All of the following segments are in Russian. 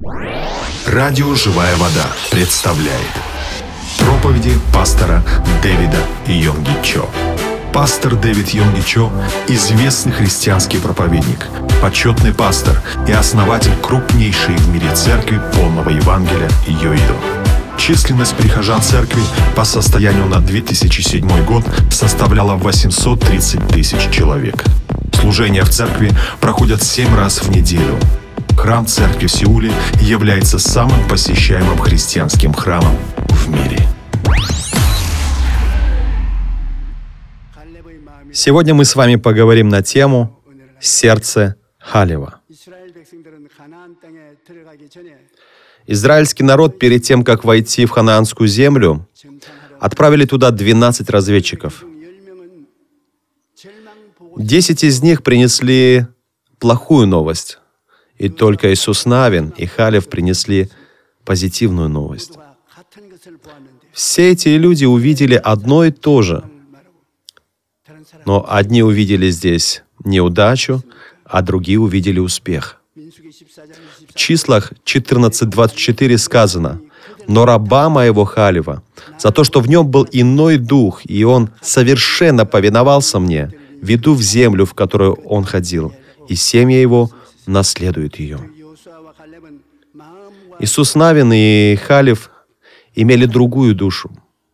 Радио «Живая вода» представляет проповеди пастора Дэвида Йонги Чо. Пастор Дэвид Йонги Чо – известный христианский проповедник, почетный пастор и основатель крупнейшей в мире церкви полного Евангелия Йоидо. Численность прихожан церкви по состоянию на 2007 год составляла 830 тысяч человек. Служения в церкви проходят 7 раз в неделю. Храм церкви в Сеуле является самым посещаемым христианским храмом в мире. Сегодня мы с вами поговорим на тему «Сердце Халева». Израильский народ перед тем, как войти в ханаанскую землю, отправили туда 12 разведчиков. 10 из них принесли плохую новость, и только Иисус Навин и Халев принесли позитивную новость. Все эти люди увидели одно и то же, но одни увидели здесь неудачу, а другие увидели успех. В числах 14:24 сказано: «Но раба моего Халева, за то, что в нем был иной дух, и он совершенно повиновался мне, веду в землю, в которую он ходил, и семья его наследует ее». Иисус Навин и Халев имели другую душу.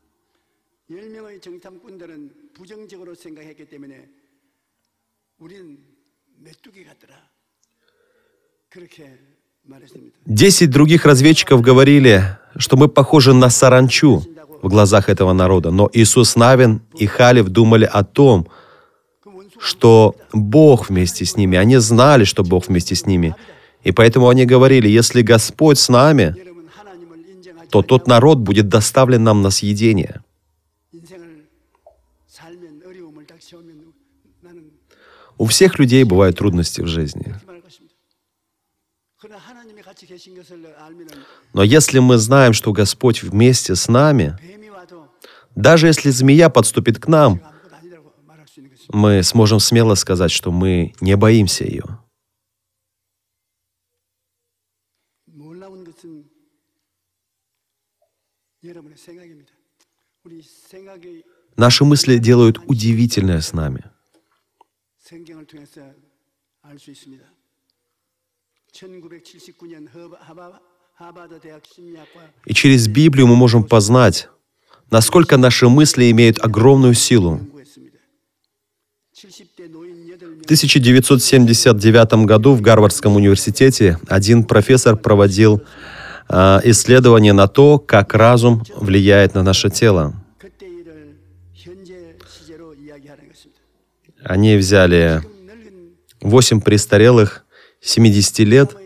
Десять других разведчиков говорили, что мы похожи на саранчу в глазах этого народа. Но Иисус Навин и Халев думали о том, что Бог вместе с ними. Они знали, что Бог вместе с ними. И поэтому они говорили: если Господь с нами, то тот народ будет доставлен нам на съедение. У всех людей бывают трудности в жизни. Но если мы знаем, что Господь вместе с нами, даже если змея подступит к нам, мы сможем смело сказать, что мы не боимся ее. Наши мысли делают удивительное с нами. И через Библию мы можем познать, насколько наши мысли имеют огромную силу. В 1979 году в Гарвардском университете один профессор проводил исследование на то, как разум влияет на наше тело. Они взяли 8 престарелых 70 лет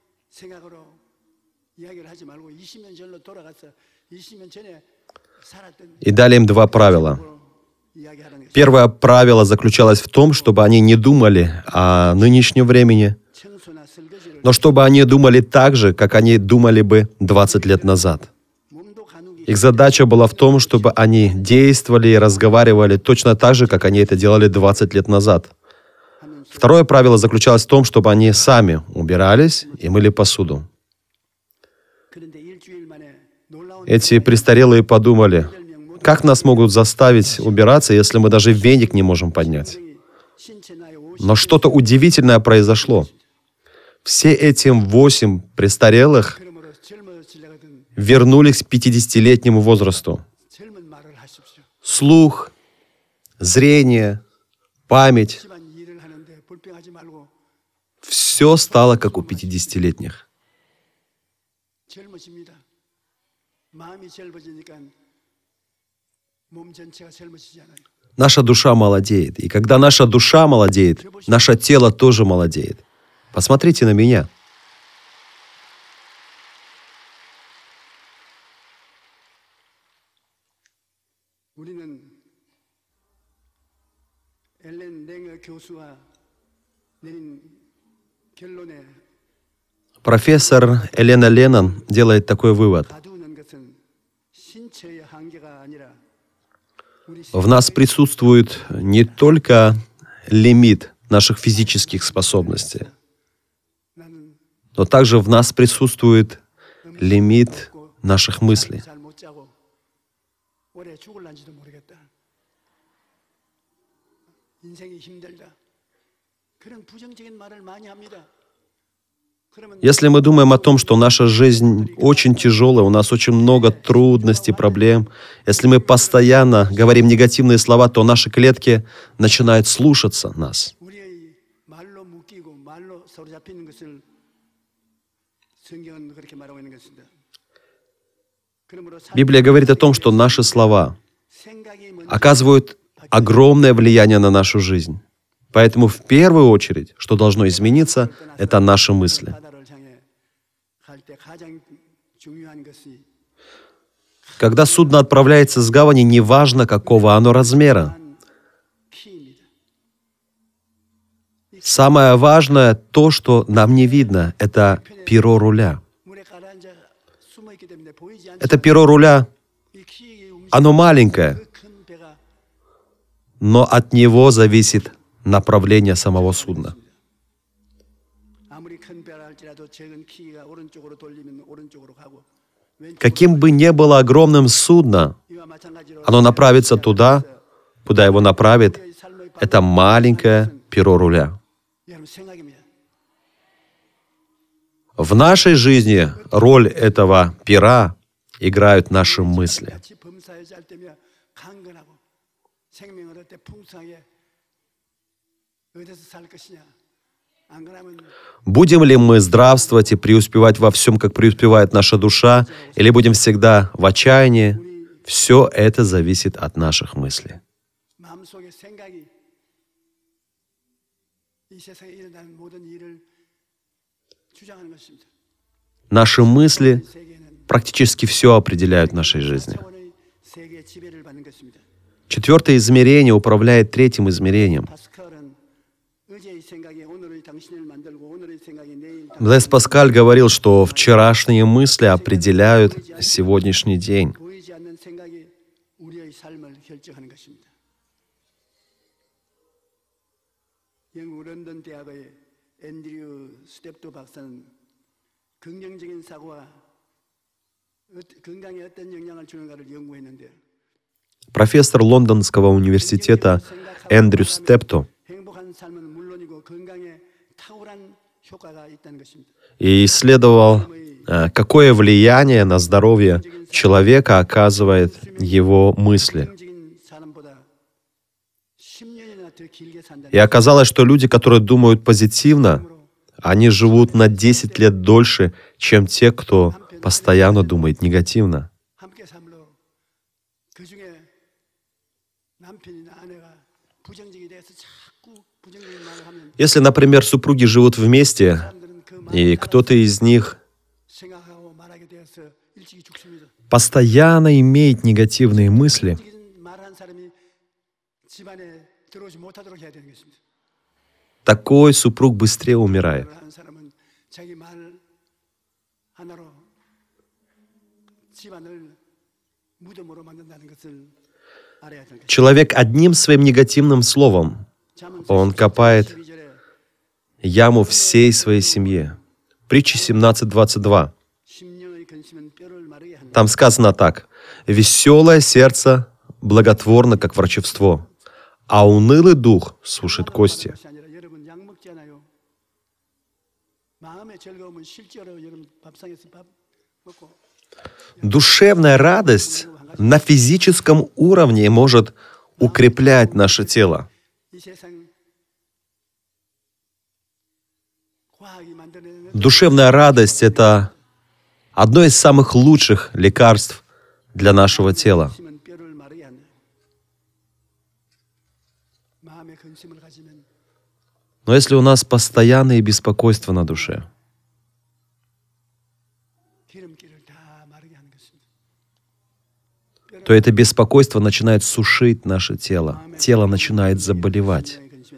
и дали им 2 правила. Первое правило заключалось в том, чтобы они не думали о нынешнем времени, но чтобы они думали так же, как они думали бы 20 лет назад. Их задача была в том, чтобы они действовали и разговаривали точно так же, как они это делали 20 лет назад. Второе правило заключалось в том, чтобы они сами убирались и мыли посуду. Эти престарелые подумали: как нас могут заставить убираться, если мы даже веник не можем поднять? Но что-то удивительное произошло. Все эти 8 престарелых вернулись к 50-летнему возрасту. Слух, зрение, память — все стало как у 50-летних. Наша душа молодеет. И когда наша душа молодеет, наше тело тоже молодеет. Посмотрите на меня. Профессор Элена Леннон делает такой вывод. В нас присутствует не только лимит наших физических способностей, но также в нас присутствует лимит наших мыслей. Если мы думаем о том, что наша жизнь очень тяжелая, у нас очень много трудностей, проблем, если мы постоянно говорим негативные слова, то наши клетки начинают слушаться нас. Библия говорит о том, что наши слова оказывают огромное влияние на нашу жизнь. Поэтому в первую очередь, что должно измениться, это наши мысли. Когда судно отправляется с гавани, неважно, какого оно размера. Самое важное, то, что нам не видно, это перо руля. Это перо руля, оно маленькое, но от него зависит направление самого судна. Каким бы ни было огромным судно, оно направится туда, куда его направит это маленькое перо руля. В нашей жизни роль этого пера играют наши мысли. Будем ли мы здравствовать и преуспевать во всем, как преуспевает наша душа, или будем всегда в отчаянии, все это зависит от наших мыслей. Наши мысли практически все определяют в нашей жизни. Четвертое измерение управляет третьим измерением. Блэс Паскаль говорил, что вчерашние мысли определяют сегодняшний день. Профессор Лондонского университета Эндрю Степто и исследовал, какое влияние на здоровье человека оказывает его мысли. И оказалось, что люди, которые думают позитивно, они живут на 10 лет дольше, чем те, кто постоянно думает негативно. Если, например, супруги живут вместе, и кто-то из них постоянно имеет негативные мысли, такой супруг быстрее умирает. Человек одним своим негативным словом, он копает яму всей своей семье. Притча 17:22. Там сказано так: «Веселое сердце благотворно, как врачевство, а унылый дух сушит кости». Душевная радость на физическом уровне может укреплять наше тело. Душевная радость — это одно из самых лучших лекарств для нашего тела. Но если у нас постоянные беспокойства на душе, то это беспокойство начинает сушить наше тело. Тело начинает заболевать.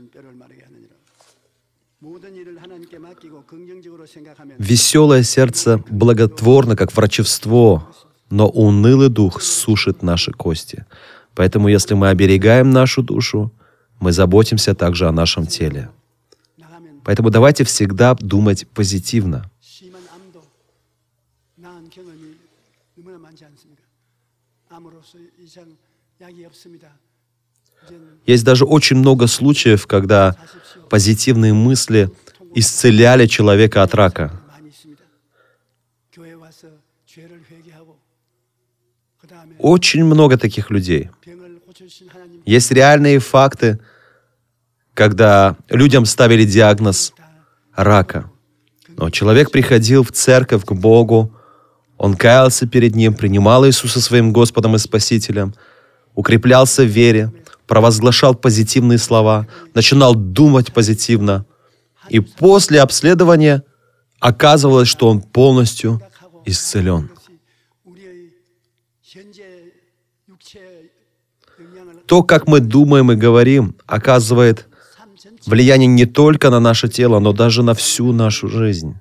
Веселое сердце благотворно, как врачевство, но унылый дух сушит наши кости. Поэтому, если мы оберегаем нашу душу, мы заботимся также о нашем теле. Поэтому давайте всегда думать позитивно. 나은 경험이 너무나 많지 않습니까? 암으로써 이상 약이 없습니다. Есть даже очень много случаев, когда позитивные мысли исцеляли человека от рака. 많이 있습니다. 교회 와서 죄를 회개하고 그다음에 Очень много таких людей. 병을 고쳐주신 하나님 Есть реальные факты, когда людям ставили диагноз рака. Но человек приходил в церковь к Богу, он каялся перед Ним, принимал Иисуса своим Господом и Спасителем, укреплялся в вере, провозглашал позитивные слова, начинал думать позитивно. И после обследования оказывалось, что он полностью исцелен. 것이 우리의 현재 육체의 영향을 То, как мы думаем и говорим, оказывает 삶 전체 влияние не только на наше тело, но даже на всю нашу жизнь.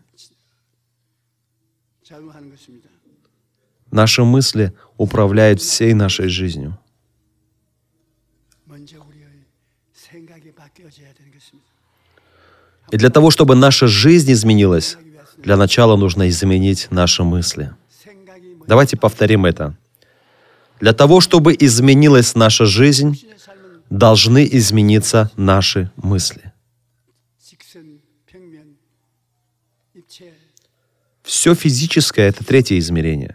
작용하는 것입니다. Наши мысли управляют всей нашей жизнью. 먼저 우리의 생각이 바뀌어져야 되는 것입니다. И для того, чтобы наша жизнь изменилась, для начала нужно изменить наши мысли. 생각이 먼저 Давайте повторим это. Для того, чтобы изменилась наша жизнь, 신의 삶은 должны измениться наши мысли. 직선, 평면, 입체, Все физическое — это третье измерение.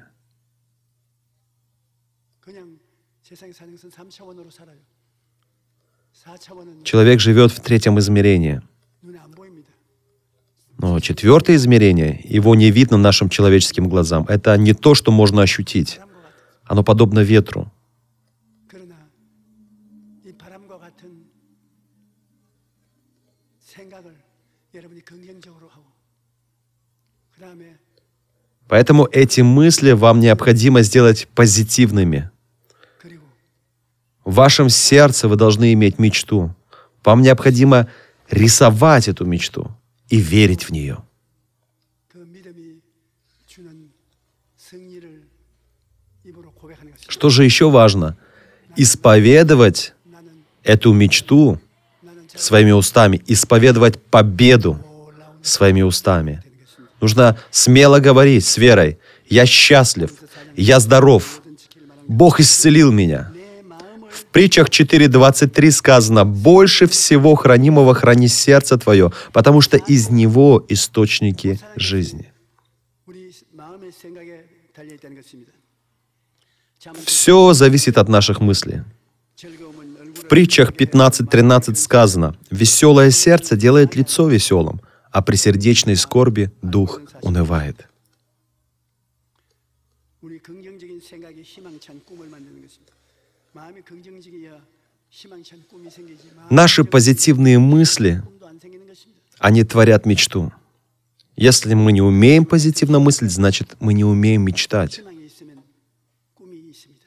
그냥 세상에 사는 것은 3차원으로 살아요. 4차원은 Человек живет в третьем измерении. 눈에 안 보입니다. Но четвертое измерение, его не видно нашим человеческим глазам. Это не то, что можно ощутить. 바람과 같은. Оно подобно ветру. 그러나 이 바람과 같은 생각을 여러분이 긍정적으로 하고 그 다음에 Поэтому эти мысли вам необходимо сделать позитивными. 그리고 В вашем сердце вы должны иметь мечту. Вам необходимо рисовать эту мечту и верить в нее. 그 믿음이 주는 승리를 입으로 고백하는 것입니다. Что же еще важно? Исповедовать 나는 эту мечту своими устами, исповедовать победу 놀라운 своими устами. 되는 것입니다. Нужно смело говорить с верой: «Я счастлив, я здоров, Бог исцелил меня». 내 마음을 В притчах 4:23 сказано: «Больше всего хранимого храни сердце твое, потому что из него источники жизни». 우리 마음의 생각에 달려 있다는 것입니다. 잠언 Все зависит от наших мыслей. 즐거움은 В 얼굴을 притчах 15:13 сказано: «Веселое сердце делает лицо веселым, а при сердечной скорби дух унывает». 우리 긍정적인 생각이 희망찬 꿈을 만드는 것입니다. 마음이 긍정적이야 희망찬 꿈이 생기지. 마음이 Наши позитивные мысли, 꿈도 안 생기는 것입니다. они творят мечту. Если мы не умеем позитивно мыслить, значит, мы не умеем мечтать. 희망이 있으면 꿈이 있습니다.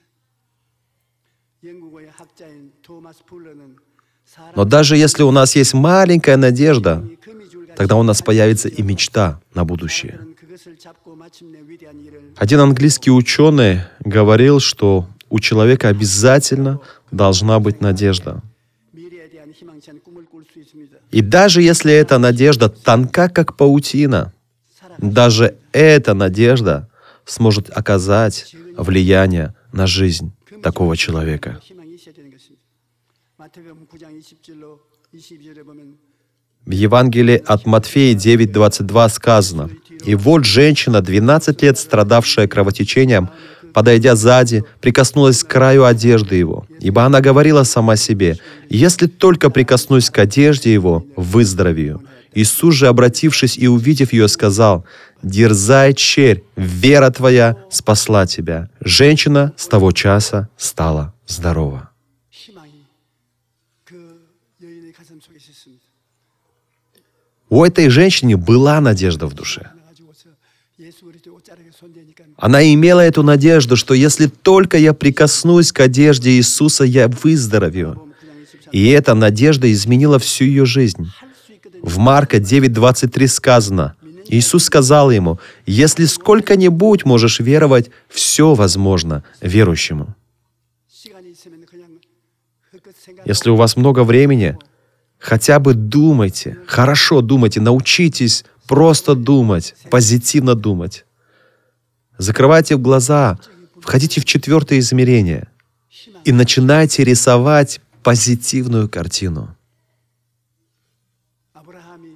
영국의 학자인 토마스 풀러는 Но даже если у нас есть маленькая надежда, 사람이 금이 줄같이 тогда у нас появится и мечта на будущее. 사람들은 그것을 잡고 마침내 위대한 일을 Один английский ученый говорил, что у человека обязательно должна быть надежда. 미래에 대한 희망찬 꿈을 꿀 수 있습니다. И даже если эта надежда тонка, как паутина, даже эта надежда сможет оказать влияние на жизнь такого человека. 희망이 있어야 되는 것입니다. 마태복음 9장 20절로 22절에 보면 В Евангелии от Матфея 9:22 сказано: «И вот женщина, 12 лет страдавшая кровотечением, подойдя сзади, прикоснулась к краю одежды его, ибо она говорила сама себе: „Если только прикоснусь к одежде его, выздоровею“. Иисус же, обратившись и увидев ее, сказал: „Дерзай, черь, вера твоя спасла тебя“. Женщина с того часа стала здорова». 희망이 그 여인의 가슴 속에 있었습니다. У этой женщины была надежда в душе. 가지고서 예수 그리스도의 옷자락에 손대니까 Она имела эту надежду, что если только я прикоснусь к одежде Иисуса, я выздоровею. 9장 24절 И эта надежда изменила всю ее жизнь. 할수 있거든요. В Марка 9:23 сказано: Иисус сказал ему: «Если сколько-нибудь можешь веровать, все возможно верующему». 시간이 있으면 그냥 헛것 생각. Если у вас много времени, хотя бы думайте, хорошо думайте, научитесь просто думать, позитивно думать. Закрывайте глаза, входите в 4-е измерение и начинайте рисовать позитивную картину. 아브라함이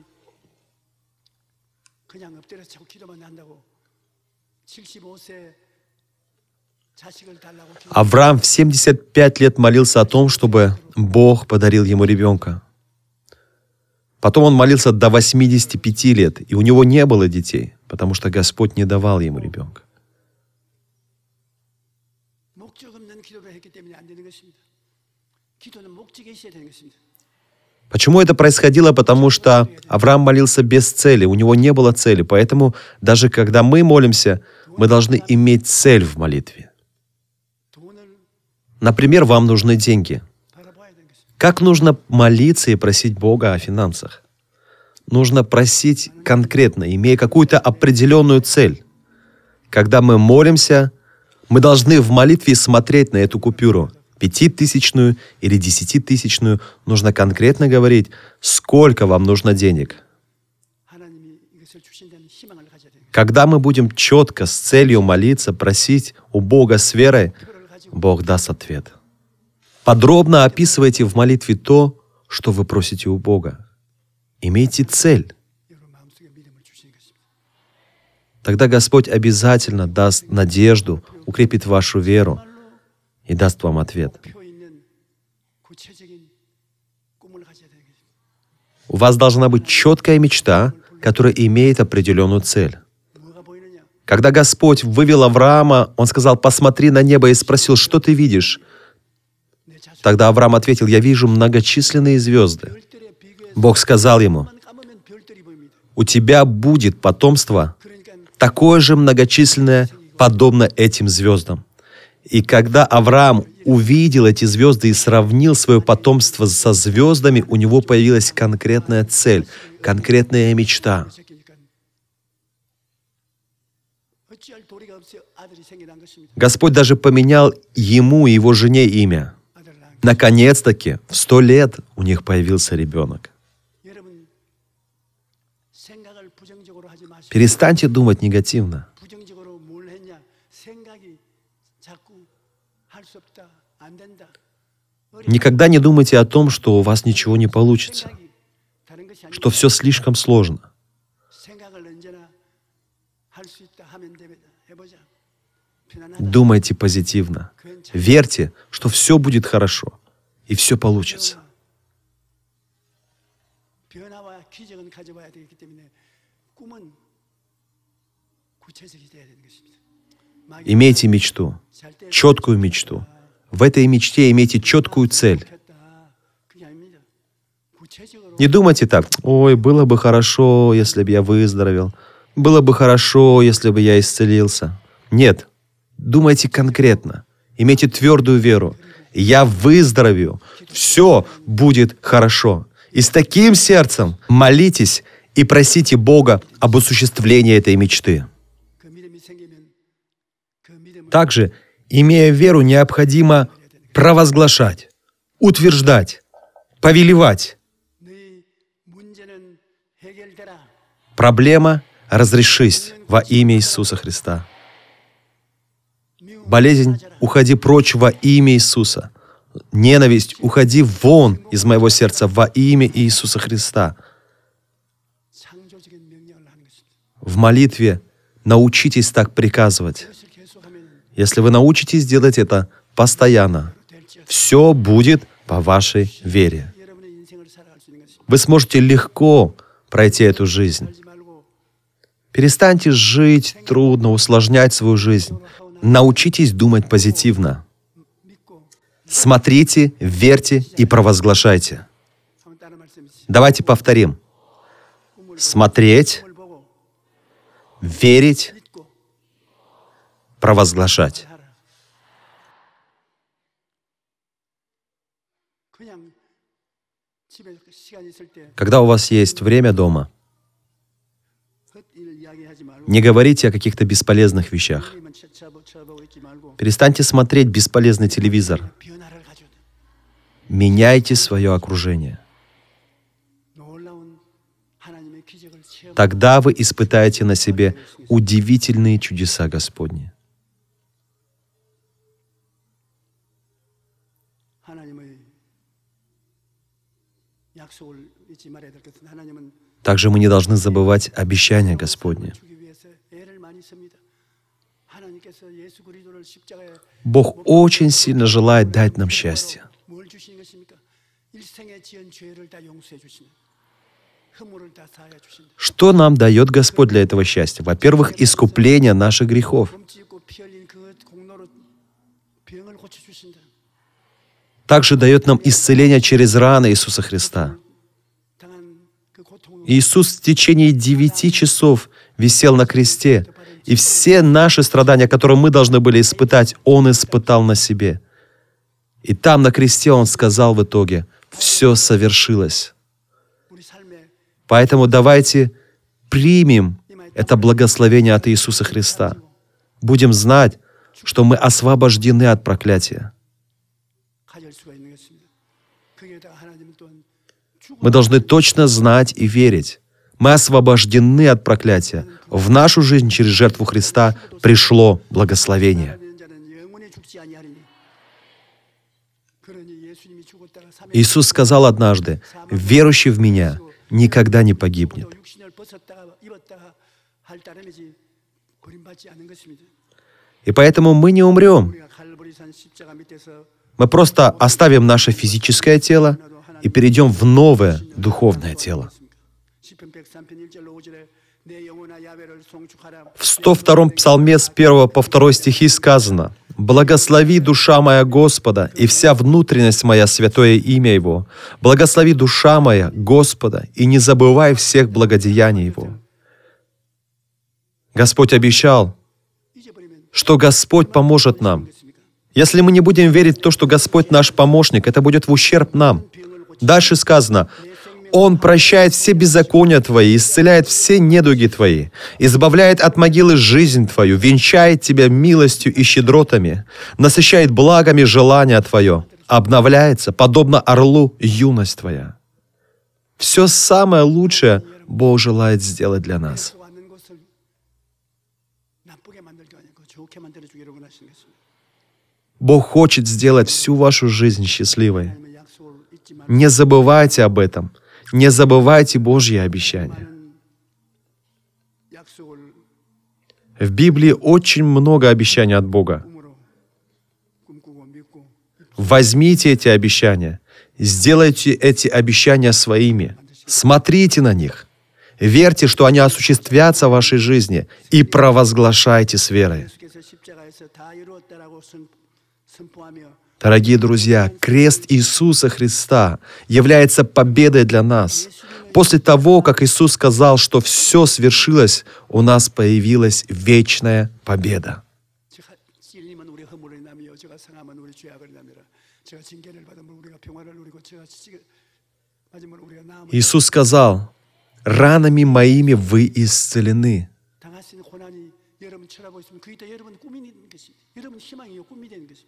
그냥 엎드려서 자꾸 기도만 한다고 75세 자식을 달라고 기도. Авраам в 75 лет молился о том, чтобы Бог подарил ему ребенка. Потом он молился до 85 лет, и у него не было детей, потому что Господь не давал ему ребенка. 목적 없는 기도를 했기 때문에 안 되는 것입니다. 기도는 목적이 있어야 되는 것입니다. Почему это происходило? Потому что Авраам молился без цели, у него не было цели. Поэтому даже когда мы молимся, мы должны иметь цель в молитве. 돈을 Например, вам нужны деньги. 바라봐야 되는 것입니다. Как нужно молиться и просить Бога о финансах? Нужно просить конкретно, имея какую-то определенную цель. Когда мы молимся, мы должны в молитве смотреть на эту купюру. 5000 или 10 000, нужно конкретно говорить, сколько вам нужно денег. 하나님이 이것을 주신다는 희망을 가져야 되는 것입니다. Когда мы будем четко, с целью молиться, просить у Бога с верой, Бог даст ответ. Подробно описывайте в молитве то, что вы просите у Бога. Имейте цель. 여러분 마음속에 믿음을 주시는 것입니다. Тогда Господь обязательно даст надежду, укрепит вашу веру и даст вам ответ. 표 있는 구체적인 꿈을 가져야 되는 것입니다. У вас должна быть четкая мечта, которая имеет определенную цель. 뭐가 보이느냐? Когда Господь вывел Авраама, Он сказал, посмотри на небо и спросил, что ты видишь? 내 자손 Тогда Авраам ответил, я вижу многочисленные звезды. 별들에 비교해서 Бог сказал ему, 만 감으면 별들이 보입니다. у тебя будет потомство 그러니까 такое же многочисленное, подобно этим звездам. И когда Авраам увидел эти звезды и сравнил свое потомство со звездами, у него появилась конкретная цель, конкретная мечта. 새끼니까 어찌할 도리가 없어 아들이 생겨난 것입니다. Господь даже поменял ему и его жене имя. 아들 낳은 Наконец-таки, в 100 лет у них появился ребенок. 여러분 생각을 부정적으로 하지 마시고 Перестаньте думать негативно. 부정적으로 뭘 했냐 생각이 자꾸 할 수 없다 안 된다 Никогда не думайте о том, что у вас ничего не получится, 생각이 다른 것이 아니고 что все слишком сложно. 생각을 언제나 할 수 있다 하면 됩니다. 해보자. 편안하다. Думайте позитивно. Верьте, что все будет хорошо, и все получится. 변화와 기적은 가져와야 되기 때문에 꿈은 구체적이 돼야 되는 것입니다. Имейте мечту, четкую мечту. В этой мечте имейте четкую цель. 그게 아닙니다. 구체적으로 Не думайте так, ой, было бы хорошо, если бы я выздоровел. Было бы хорошо, если бы я исцелился. Нет, думайте конкретно. Имейте твердую веру. Я выздоровею. Все будет хорошо. И с таким сердцем молитесь и просите Бога об осуществлении этой мечты. 그 믿음이 생기면 그 믿음을 Также, имея веру, необходимо провозглашать, утверждать, повелевать. 너희 문제는 해결되라. Проблема разрешись во имя Иисуса Христа. Болезнь, уходи прочь во имя Иисуса. Ненависть, уходи вон из моего сердца во имя Иисуса Христа. 창조적인 명령을 하는 것입니다. В молитве научитесь так приказывать. 그것을 계속하면 Если вы научитесь делать это постоянно, 될지어다. все будет по вашей вере. 여러분의 인생을 살아갈 수 있는 것입니다. Вы сможете легко пройти эту жизнь. 살지 말고 Перестаньте жить трудно, усложнять свою жизнь. Научитесь думать позитивно. 믿고 Смотрите, верьте и провозглашайте. 한번 따라 말씀해주세요. Давайте повторим. Смотреть, 꿈을 보고 верить, 믿고 провозглашать. 하라. 그냥 집에 시간 있을 때 Когда у вас есть время дома, 헛일 이야기하지 말고 не говорите о каких-то бесполезных вещах. 우리만 쳐보고 있지 말고 Перестаньте смотреть бесполезный телевизор. 변화를 가져야 돼. Меняйте свое окружение. 놀라운 하나님의 기적을 체험. Тогда вы испытаете на себе удивительные чудеса Господни. 하나님의 약속을 잊지 말아야 될 것은 하나님은 Также мы не должны забывать обещания Господни. 주기 위해서 애를 많이 씁니다. 하나님께서 예수 그리스도를 십자가에 Бог очень сильно желает дать нам счастье. 뭘 주시는 것입니까? 일생에 지은 죄를 다 용서해 주시는 허물을 다 사하여 주신다. Что нам дает Господь для этого счастья? Во-первых, искупление наших грехов. 범치 있고 피 흘린 그 공로로 병을 고쳐 주신다. Также дает нам исцеление через раны Иисуса Христа. 당한 그 고통을 Иисус в течение 9 часов висел на кресте, и все наши страдания, которые мы должны были испытать, Он испытал на себе. И там на кресте Он сказал в итоге: «Все совершилось». 우리 삶에 Поэтому давайте примем это благословение от Иисуса Христа. Будем знать, что мы освобождены от проклятия. 가질 수가 있는 것입니다. 거기에다가 하나님은 또한 Мы должны точно знать и верить. Мы освобождены от проклятия. В нашу жизнь через жертву Христа пришло благословение. 하나님은 자는 영원히 죽지 아니하리니. 그러니 예수님이 죽었다가 Иисус сказал однажды: «Верующий в Меня никогда не погибнет». 육신을 벗었다가 입었다가 할 따름이지 버림받지 않은 것입니다. И поэтому мы не умрем. 우리가 갈보리산 십자가 밑에서 Мы просто оставим наше физическое тело и перейдем в новое духовное тело. 시편 103편 1절로 5절에 내 영혼아 야훼를 송축하라. В 102-м псалме с 1 по 2 стихи сказано: «Благослови, душа моя, Господа, и вся внутренность моя святое имя Его. Благослови, душа моя, Господа, и не забывай всех благодеяний Его». Господь обещал, 잊어버리면 что Господь поможет нам. Если мы не будем верить в то, что Господь наш помощник, это будет в ущерб нам. Дальше сказано: «Он прощает все беззакония твои, исцеляет все недуги твои, избавляет от могилы жизнь твою, венчает тебя милостью и щедротами, насыщает благами желание твое, обновляется, подобно орлу, юность твоя». Все самое лучшее Бог желает сделать для нас. 왔는 것을 나쁘게 만들지 아니고 좋게 만들어 주기를 원하시는 것입니다. Бог хочет сделать всю вашу жизнь счастливой. 하나님의 약속을 잊지 말고 Не забывайте об этом. Не забывайте Божьи обещания. 약속을 В Библии очень много обещаний от Бога. 꿈으로 꿈꾸고 믿고 Возьмите эти обещания. Сделайте эти обещания своими. Смотрите на них. Верьте, что они осуществятся в вашей жизни, и провозглашайте с верой. 예수께서 십자가에서 다 이루었다라고 선포하며 Дорогие друзья, крест Иисуса Христа является победой для нас. После того, как Иисус сказал, что все свершилось, у нас появилась вечная победа. 제가 찔림은 우리 허물을 남이요 제가 상함은 우리 죄악을 남이라. 제가 징계를 받으면 우리가 평화를 누리고 제가 맞으면 우리가 나음을 Иисус сказал: «Ранами моими вы исцелены». 당하신 고난이 여러분 처하고 있으면 그게 다 여러분 꿈이 되는 것입니다. 여러분 희망이요 꿈이 되는 것입니다.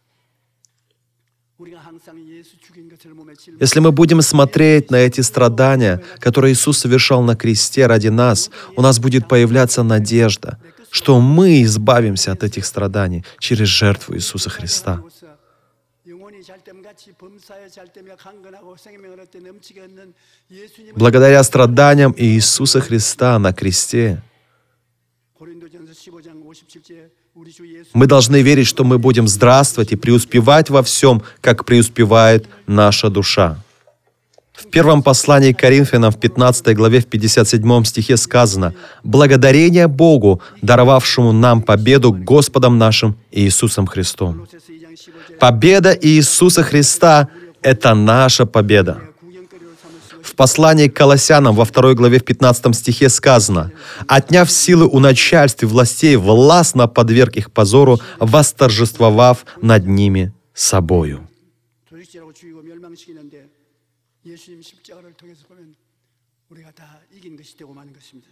우리가 항상 예수 죽인 것을 몸에 짊어 Если мы будем смотреть на эти страдания, которые Иисус совершал на кресте ради нас, у нас будет появляться надежда, что мы избавимся от этих страданий через жертву Иисуса Христа. 영원히 잘됨같이 범사에 잘되며 강건하고 생명을 얻되 넘치게 얻는 예수님을 Благодаря страданиям Иисуса Христа на кресте, 고린도전서 15장 57절 우리 주 예수 мы должны верить, что мы будем здравствовать и преуспевать во всем, как преуспевает наша душа. В первом послании к Коринфянам в 15 главе в 57 стихе сказано: «Благодарение Богу, даровавшему нам победу Господом нашим Иисусом Христом». 로세스 2장 15절 Победа Иисуса Христа — это наша победа. 구경거리로 삼을 수 В послании к Колоссянам во 2 главе в 15 стихе сказано: «Отняв силы у начальств и властей, властно подверг их позору, восторжествовав над ними собою». 조직질하고 죽이고 멸망시키는데 예수님 십자가를 통해서 보면 우리가 다 이긴 것이 되고 마는 것입니다.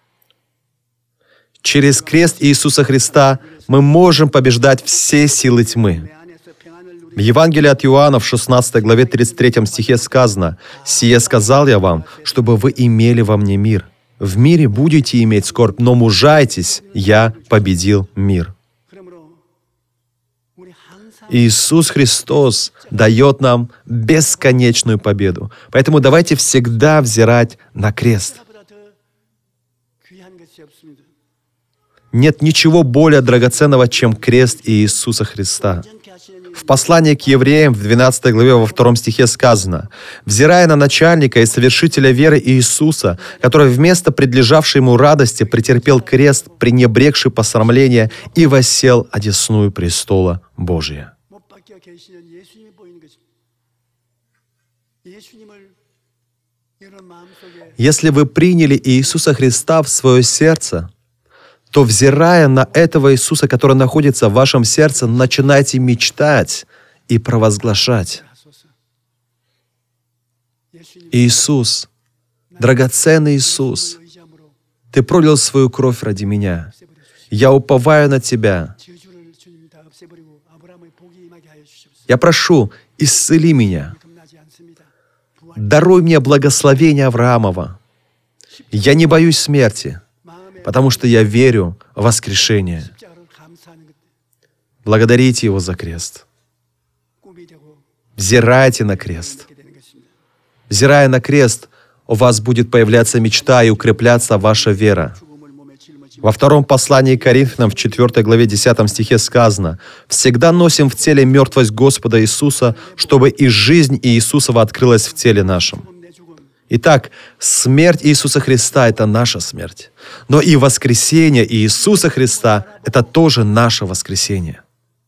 Через крест Иисуса Христа мы можем побеждать все силы тьмы. 내 안에서 평안을 В 누리고 Евангелии от Иоанна в 16 главе 33 стихе сказано: «Сие сказал я вам, чтобы вы имели во мне мир. В мире будете иметь скорбь, но мужайтесь, я победил мир. 그러므로 우리 항상 Иисус Христос дает нам бесконечную победу. Поэтому давайте всегда взирать на крест. 보다 더 귀한 것이 없습니다. Нет ничего более драгоценного, чем крест Иисуса Христа. 전케 하시는 이 В послании к евреям в 12 главе во 2 стихе сказано: «Взирая на начальника и совершителя веры Иисуса, который вместо предлежавшей ему радости претерпел крест, пренебрегший посрамление, и воссел одесную престола Божия». 못 박혀 계시는 예수님이 보이는 것입니다. 예수님을 여러분 마음속에 Если вы приняли Иисуса Христа в свое сердце, то, взирая на этого Иисуса, который находится в вашем сердце, начинайте мечтать и провозглашать: 하소서. 예수님 «Иисус, драгоценный Иисус, 의지함으로 Ты пролил свою кровь ради меня. 없애버려 주시옵소서. Я уповаю на Тебя. 저주를 주님 다 없애버리고 아브라함의 복이 임하게 하여 주시옵소서. Я прошу, исцели меня. 겁나지 않습니다. 부활 Даруй мне благословение Авраамова. Я не боюсь смерти, 마음의 потому что я верю в воскрешение. 십자가를 감사하는 것 Благодарите Его за крест. 꿈이 되고 Взирайте на крест. 이렇게 되는 것입니다. Взирая на крест, у вас будет появляться мечта и укрепляться ваша вера. 죽음을 몸에 짊어지고 Во втором послании к Коринфянам в 4 главе 10 стихе сказано: «Всегда носим в теле мертвость Господа Иисуса, чтобы и жизнь Иисусова открылась в теле нашем». 죽음 내 죽음 Итак, смерть Иисуса Христа — это наша смерть. Но и воскресение Иисуса Христа — это тоже наше воскресение.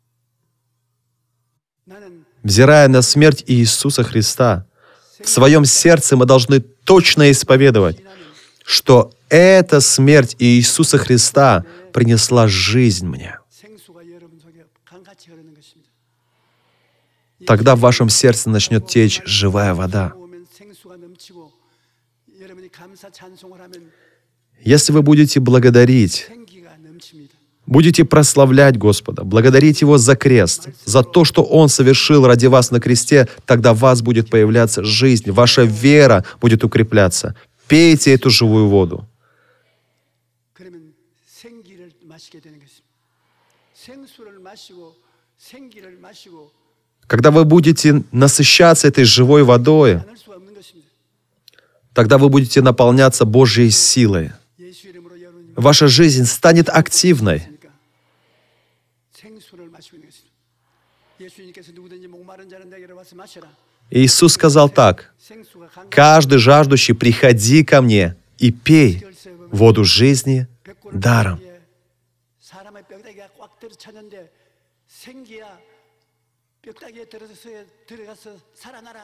나는 Взирая на смерть Иисуса Христа, в своем сердце мы должны точно исповедовать, что эта смерть Иисуса Христа принесла жизнь мне. 생수가 여러분 속에 강같이 흐르는 것입니다. Тогда в вашем сердце начнет течь живая вода. 오면 생수가 넘치고 여러분이 감사 찬송을 하면 Если вы будете благодарить, 생기가 넘칩니다. будете прославлять Господа, благодарить Его за крест, за то, что Он совершил ради вас на кресте, тогда в вас будет появляться жизнь, ваша вера будет укрепляться. Пейте эту живую воду. 그러면 생기를 마시게 되는 것입니다. 생수를 마시고 생기를 마시고 Когда вы будете насыщаться этой живой водой, 않을 수가 없는 것입니다. тогда вы будете наполняться Божьей силой. 예수 이름으로 여러분 Ваша жизнь станет активной. 그러니까 생수를 마시고 있는 것입니다. 예수님께서 누구든지 목마른 자는 내게로 와서 마셔라. Иисус сказал так: 생수가 강한 «Каждый жаждущий, приходи ко мне и пей воду жизни даром». 사람의 뼈다귀가 꽉 들어찼는데 생기야 뼈다귀에 들어가서 살아나라.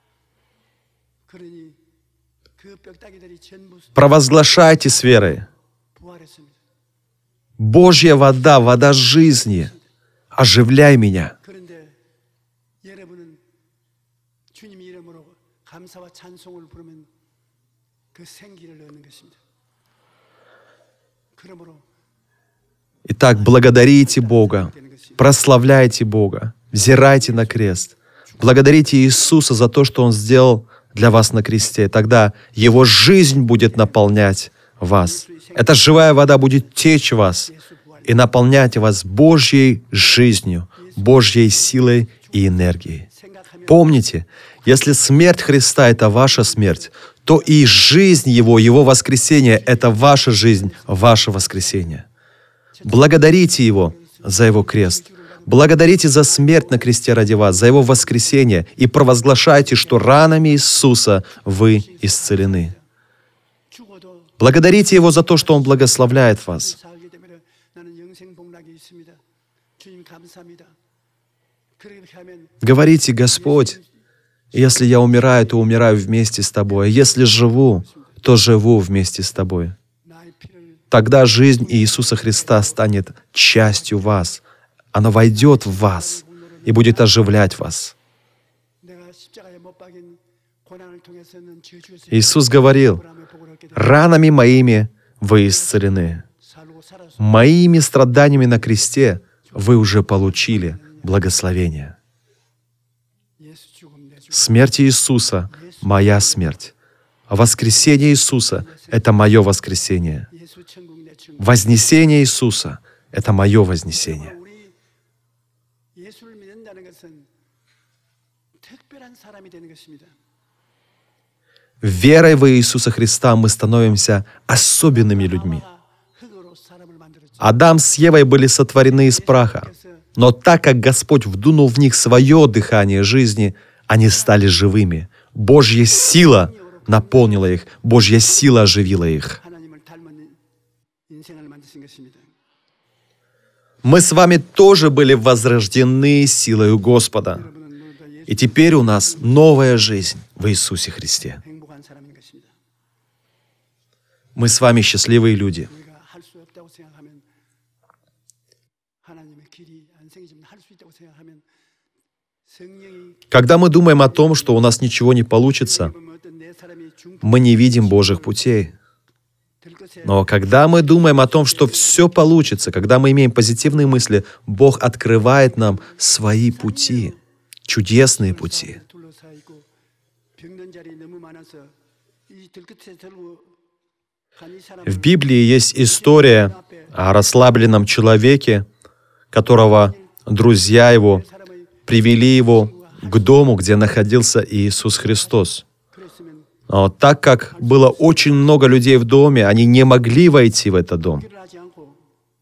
그러니 그 뼈다귀들이 전부 Провозглашайте с верой: 부활했습니다. «Божья вода, вода жизни, оживляй меня». 그런데 여러분은 주님 이름으로 감사와 찬송을 부르면 그 생기를 얻는 것입니다. 그러므로 Итак, благодарите Бога, прославляйте Бога, взирайте на крест, благодарите Иисуса за то, что Он сделал для вас на кресте. Тогда Его жизнь будет наполнять вас. Эта живая вода будет течь в вас и наполнять вас Божьей жизнью, Божьей силой и энергией. 생각하면 Помните, если смерть Христа — это ваша смерть, то и жизнь Его, Его воскресение — это ваша жизнь, ваше воскресение. Благодарите Его за Его крест. Благодарите за смерть на кресте ради вас, за Его воскресение, и провозглашайте, что ранами Иисуса вы исцелены. 죽어도 Благодарите Его за то, что Он благословляет вас. 살게 되면 나는 영생 복락이 있습니다. 주님 감사합니다. 그렇게 하면 Говорите: «Господь, если я умираю, то умираю вместе с Тобой, а если живу, то живу вместе с Тобой». 나의 피를 Тогда жизнь Иисуса Христа станет частью вас. Она войдет в вас и будет оживлять вас. 내가 십자가에 못 박인 고난을 통해서는 저주에서 Иисус говорил: 아브라함의 복을 얻게 되고 «Ранами моими вы исцелены». 살고 살아서 Моими страданиями на кресте вы уже получили благословение. 예수 죽음 내 죽음 Смерть Иисуса — моя смерть. Воскресение Иисуса — это мое воскресение. 예수 천국 내 천국. Вознесение Иисуса — это мое вознесение. 우리 예수를 믿는다는 것은 특별한 사람이 되는 것입니다. Верой в Иисуса Христа мы становимся особенными людьми. 흙으로 사람을 만들었죠. Адам с Евой были сотворены из праха. Но так как Господь вдунул в них свое дыхание жизни, они стали живыми. Божья сила наполнила их, Божья сила оживила их. 하나님을 닮은 인생을 만드신 것입니다. Мы с вами тоже были возрождены силою Господа. 여러분은 모두 다 예수 И теперь у нас новая жизнь в Иисусе Христе. 행복한 사람인 것입니다. Мы с вами счастливые люди. 우리가 할 수 없다고 생각하면 하나님의 길이 안 생기지만 할 수 있다고 생각하면 성령이 Когда мы думаем о том, что у нас ничего не получится, 보면 어떤 내 사람이 중풍 мы не видим Божьих путей. 될 것에 Но когда мы думаем о том, что все получится, когда мы имеем позитивные мысли, Бог открывает нам свои пути, чудесные пути. 둘러싸여 있고 병든 자리 너무 많아서 이 들끝에 들고 간 이 사람을 В Библии есть история о расслабленном человеке, которого друзья его 사람의 привели его к дому, где находился Иисус Христос. 그랬으면 Но так как было очень много людей в доме, они не могли войти в этот дом. 일어나지 않고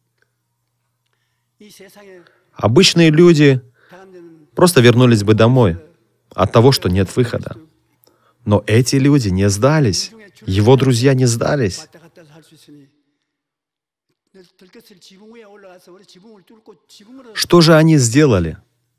이 세상에 Обычные люди 당한 просто вернулись бы домой от того, что нет выхода. Но эти люди не сдались. Его друзья не сдались. 왔다 갔다 할 수 있으니 들끝을 지붕 위에 올라가서 우리 지붕을 뚫고 지붕으로 Что же они сделали?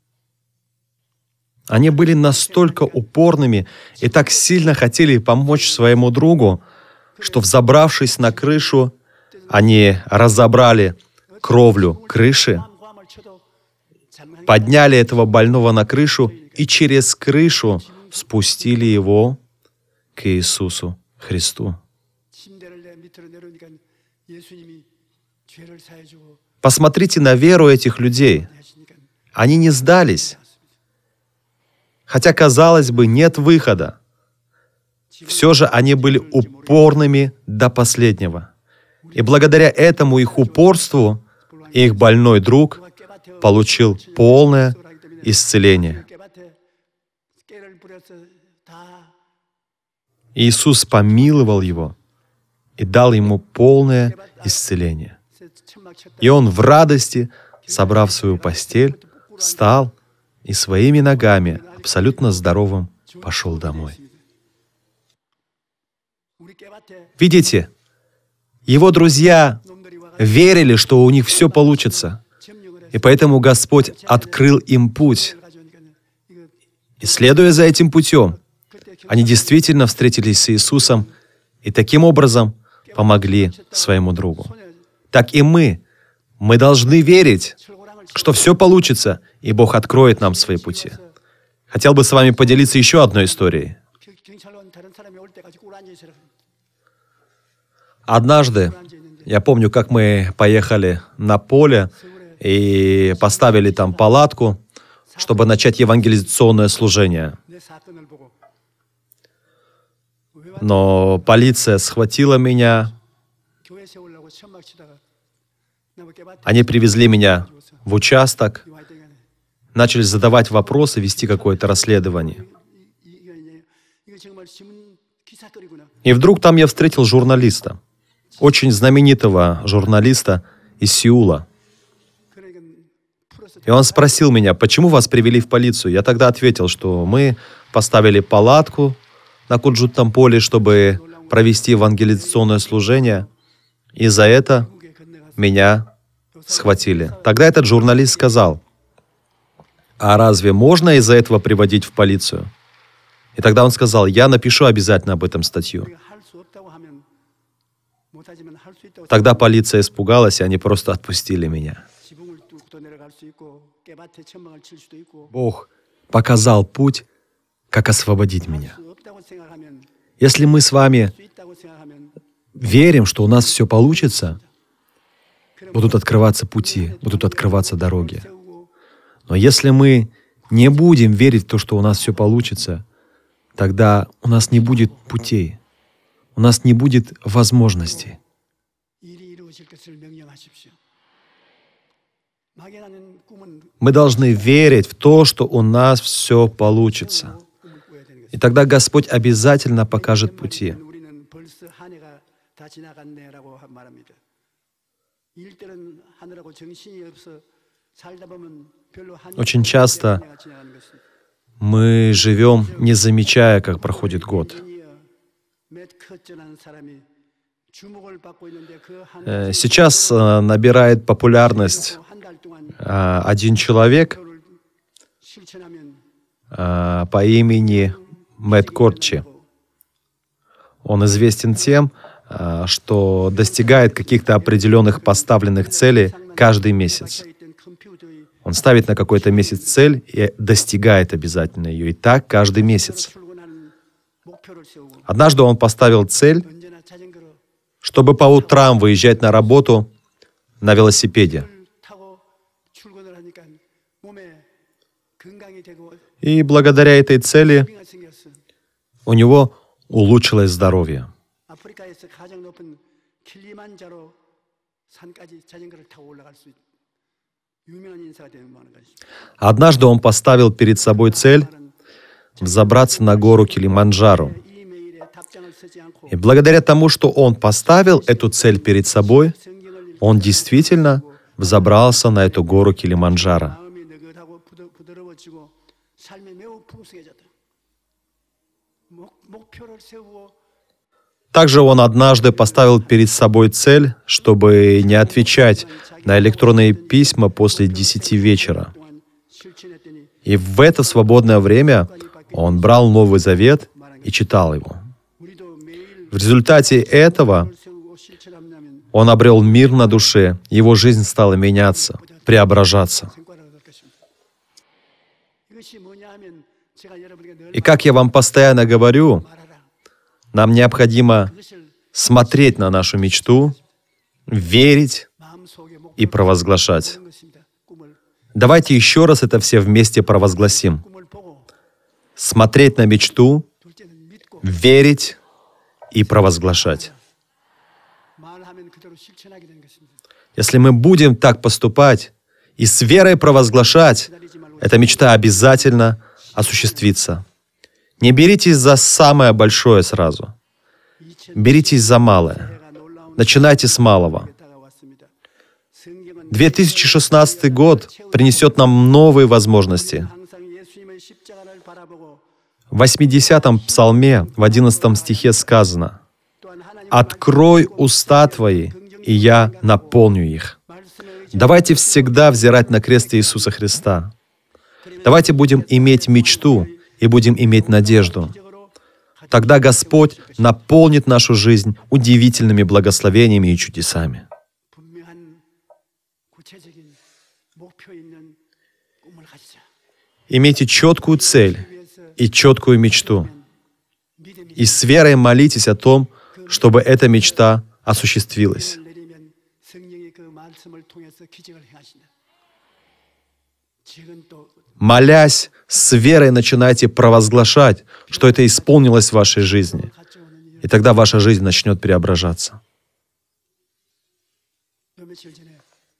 Они были настолько упорными и так сильно хотели помочь своему другу, что, взобравшись на крышу, они разобрали кровлю крыши, 고함을 쳐도 잠깐 подняли этого больного на крышу и через крышу спустили его к Иисусу Христу. 침대를 내 밑으로 내려오니까 예수님이 죄를 사해주고 Посмотрите на веру этих людей. 하시니까 Они не сдались. Хотя, казалось бы, нет выхода. Все же они были упорными до последнего. И благодаря этому их упорству их больной друг получил полное исцеление. 깨밭에 깨를 뿌려서 다 Иисус помиловал его и дал ему полное исцеление. 천막 쳤다. И он в радости, собрав свою постель, встал и своими ногами, абсолютно здоровым, пошел домой. 우리 깨밭에 Видите, его друзья 놈들이 와가 верили, что у них все получится. 점령을 И поэтому Господь открыл им путь. 가져오니까 이거 И следуя за этим путем, 그때 они действительно встретились с Иисусом и таким образом помогли своему другу. Так и мы должны верить, 철고랑을 что все получится, и Бог откроет нам свои пути. Хотел бы с вами поделиться еще одной историей. 경찰관 다른 사람이 올 때까지 꿀 앉아 있으라. Однажды, я помню, как мы поехали на поле и поставили там палатку, чтобы начать евангелизационное служение. 내 사건을 보고 Но полиция схватила меня, 교회 세우려고 천막 치다가 나무 깨밭에 они привезли меня в участок, 와 있더니 начали задавать вопросы, вести какое-то расследование. 이거 정말 신문 기사거리구나. И вдруг там я встретил журналиста, очень знаменитого журналиста из Сеула. 그러니까 풀어서 И он спросил меня, почему вас привели в полицию? Я тогда ответил, что мы поставили палатку на кунжутном поле, чтобы провести евангелизационное служение, и за это 북에 건너가서 меня схватили. Тогда этот журналист сказал, а разве можно из-за этого приводить в полицию? И тогда он сказал, я напишу обязательно об этом статью. 우리가 할 수 없다고 하면 못하지만 할 수 있다고 Тогда полиция испугалась, и они просто отпустили меня. 지붕을 뚫고 내려갈 수 있고 깨밭에 천막을 칠 수도 있고 Бог показал путь, как освободить меня. 수 없다고 생각하면 Если мы с вами 수 있다고 생각하면 верим, что у нас все получится, будут открываться пути, будут открываться дороги. 세우고 Но если мы не будем верить в то, что у нас все получится, тогда у нас не будет путей. у нас не будет возможностей. 일이 이루어질 것을 명령하십시오. 막연한 꿈은 Мы должны верить в то, что у нас все получится. 꿈을 꿔야 되는 И тогда Господь обязательно покажет пути. 우리는 벌써 한 해가 다 지나갔네라고 말합니다. 일 때는 하느라고 정신이 없어 살다 보면 별로 한 Очень часто 해가 지나가는 것입니다. мы живем, не замечая, как проходит год. 몇 커져난 사람이 주목을 받고 있는데 그 Сейчас набирает популярность 한달 동안 один человек 그걸 실천하면 по имени Мэтт Кортчи. Он известен тем, что достигает каких-то определенных поставленных целей каждый месяц. 있던 컴퓨터의 Он ставит на какой-то месяц цель и достигает обязательно ее. И так каждый месяц. 출근하는 목표를 세우고 Однажды он поставил цель, 언제나 자전거로 чтобы по утрам выезжать на работу на велосипеде. 타고 출근을 하니까 몸에 건강이 되고 И благодаря этой цели 病가 생겼어. у него улучшилось здоровье. 아프리카에서 가장 높은 킬리만자로 산까지 자전거를 타고 올라갈 수 있는 유명한 인사가 되는 것입니다. Однажды он поставил перед собой цель взобраться на гору Килиманджаро. 이메일에 답장을 쓰지 않고 И благодаря тому, что он поставил эту цель перед собой, 성경을 он действительно взобрался на эту гору Килиманджаро. 마음이 느긋하고 부드러워지고 삶이 매우 풍성해졌다. 목표를 세우고 Также он однажды поставил перед собой цель, чтобы не отвечать на электронные письма после 10 вечера. 동안 실천했더니 И в это свободное время он брал Новый Завет и читал его. 우리도 매일 В результате этого 세우고 실천하면 он обрел мир на душе, его жизнь стала меняться, преображаться. 성과를 얻을 것입니다. 이것이 뭐냐 하면 제가 여러분에게 늘 И как я вам постоянно говорю, 말하라. нам необходимо 그것을 смотреть на нашу мечту, верить 마음속에 и провозглашать. 목표하는 것입니다. 꿈을 Давайте еще раз это все вместе провозгласим. 꿈을 보고 Смотреть на мечту, 둘째는 믿고 верить и провозглашать. 말하면 그대로 실천하게 되는 것입니다. Если мы будем так поступать и с верой провозглашать, 기다리지 말고 эта мечта обязательно осуществится. Не беритесь за самое большое сразу. Беритесь за малое. 내가 놀라운 Начинайте с малого. 다가왔습니다. 성경은 2016 год принесет нам новые возможности. 항상 예수님의 십자가를 바라보고 В 80-м псалме, в 11 стихе сказано: 또한 하나님 «Открой уста твои, и я наполню их». 말씀에 의지 Давайте всегда взирать на крест Иисуса Христа. Давайте будем иметь мечту и будем иметь надежду. 적으로 Тогда Господь наполнит нашу жизнь удивительными благословениями и чудесами. 분명한 구체적인 목표 있는 꿈을 가지자. Имейте четкую цель 위해서 и четкую мечту. 믿음이 И с верой молитесь о том, чтобы эта мечта осуществилась. 내리면 성령이 그 말씀을 통해서 기적을 행하신다. 지금 또 Молясь, с верой начинайте провозглашать, что это исполнилось в вашей жизни. 가져오는 И тогда ваша жизнь начнет преображаться. 몇 며칠 전에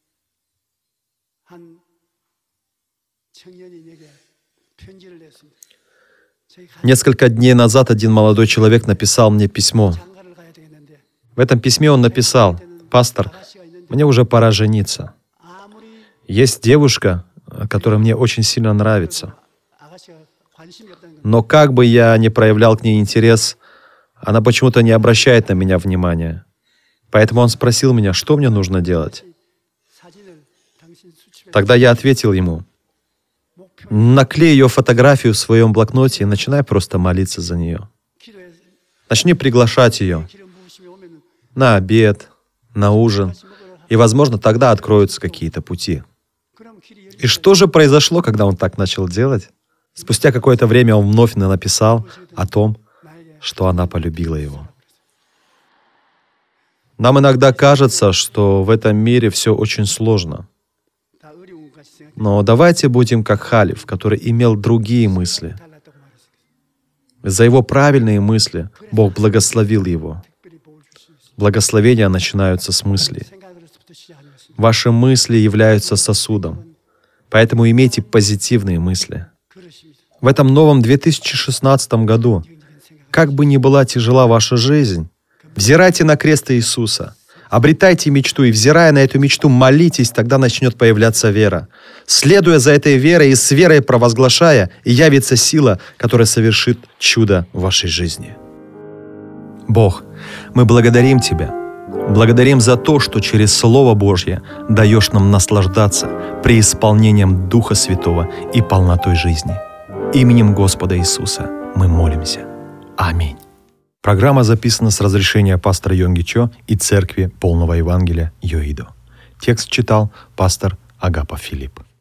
한 청년이 내게 편지를 냈습니다. 저희 Несколько дней назад один молодой человек написал мне письмо. 장가를 가야 되겠는데 В этом письме он написал: «Пастор, 아가씨가 있는데 мне уже пора жениться. 아무리 Есть девушка, которая мне очень сильно нравится. 아가씨가 관심이 없다는 건 Но как бы я ни проявлял к ней интерес, она почему-то не обращает на меня внимания. Поэтому он спросил меня, что мне нужно делать. 사진을 당신 수첩에 Тогда я ответил ему: 목표 наклей ее фотографию в своем блокноте и начинай просто молиться за нее. 기도해서 Начни приглашать ее 기름 부으심이 오면 на обед, на ужин, 같이 먹으러 и, возможно, тогда откроются какие-то пути». 그럼 길이 И что же произошло, когда он так начал делать? Спустя какое-то время он вновь написал о том, 나에게 что она полюбила его. Нам иногда кажется, что в этом мире все очень сложно. 다 어려운 것 같이 생각해 Но давайте будем как Халев, который имел другие мысли. 달랐다고 말했어요. За его правильные мысли Бог благословил его. Благословения начинаются с мыслей. 생각으로부터 시작하는 것입니다. Ваши мысли являются сосудом. Поэтому имейте позитивные мысли. 그러십니다. В этом новом 2016 году, как бы ни была тяжела ваша жизнь, взирайте на крест Иисуса, обретайте мечту и, взирая на эту мечту, молитесь, тогда начнет появляться вера. Следуя за этой верой и с верой провозглашая, и явится сила, которая совершит чудо в вашей жизни. Бог, мы благодарим Тебя. Благодарим за то, что через Слово Божье даешь нам наслаждаться преисполнением Духа Святого и полнотой жизни. Именем Господа Иисуса мы молимся. Аминь. Программа записана с разрешения пастора Йонги Чо и Церкви Полного Евангелия Йоидо. Текст читал пастор Агапов Филипп.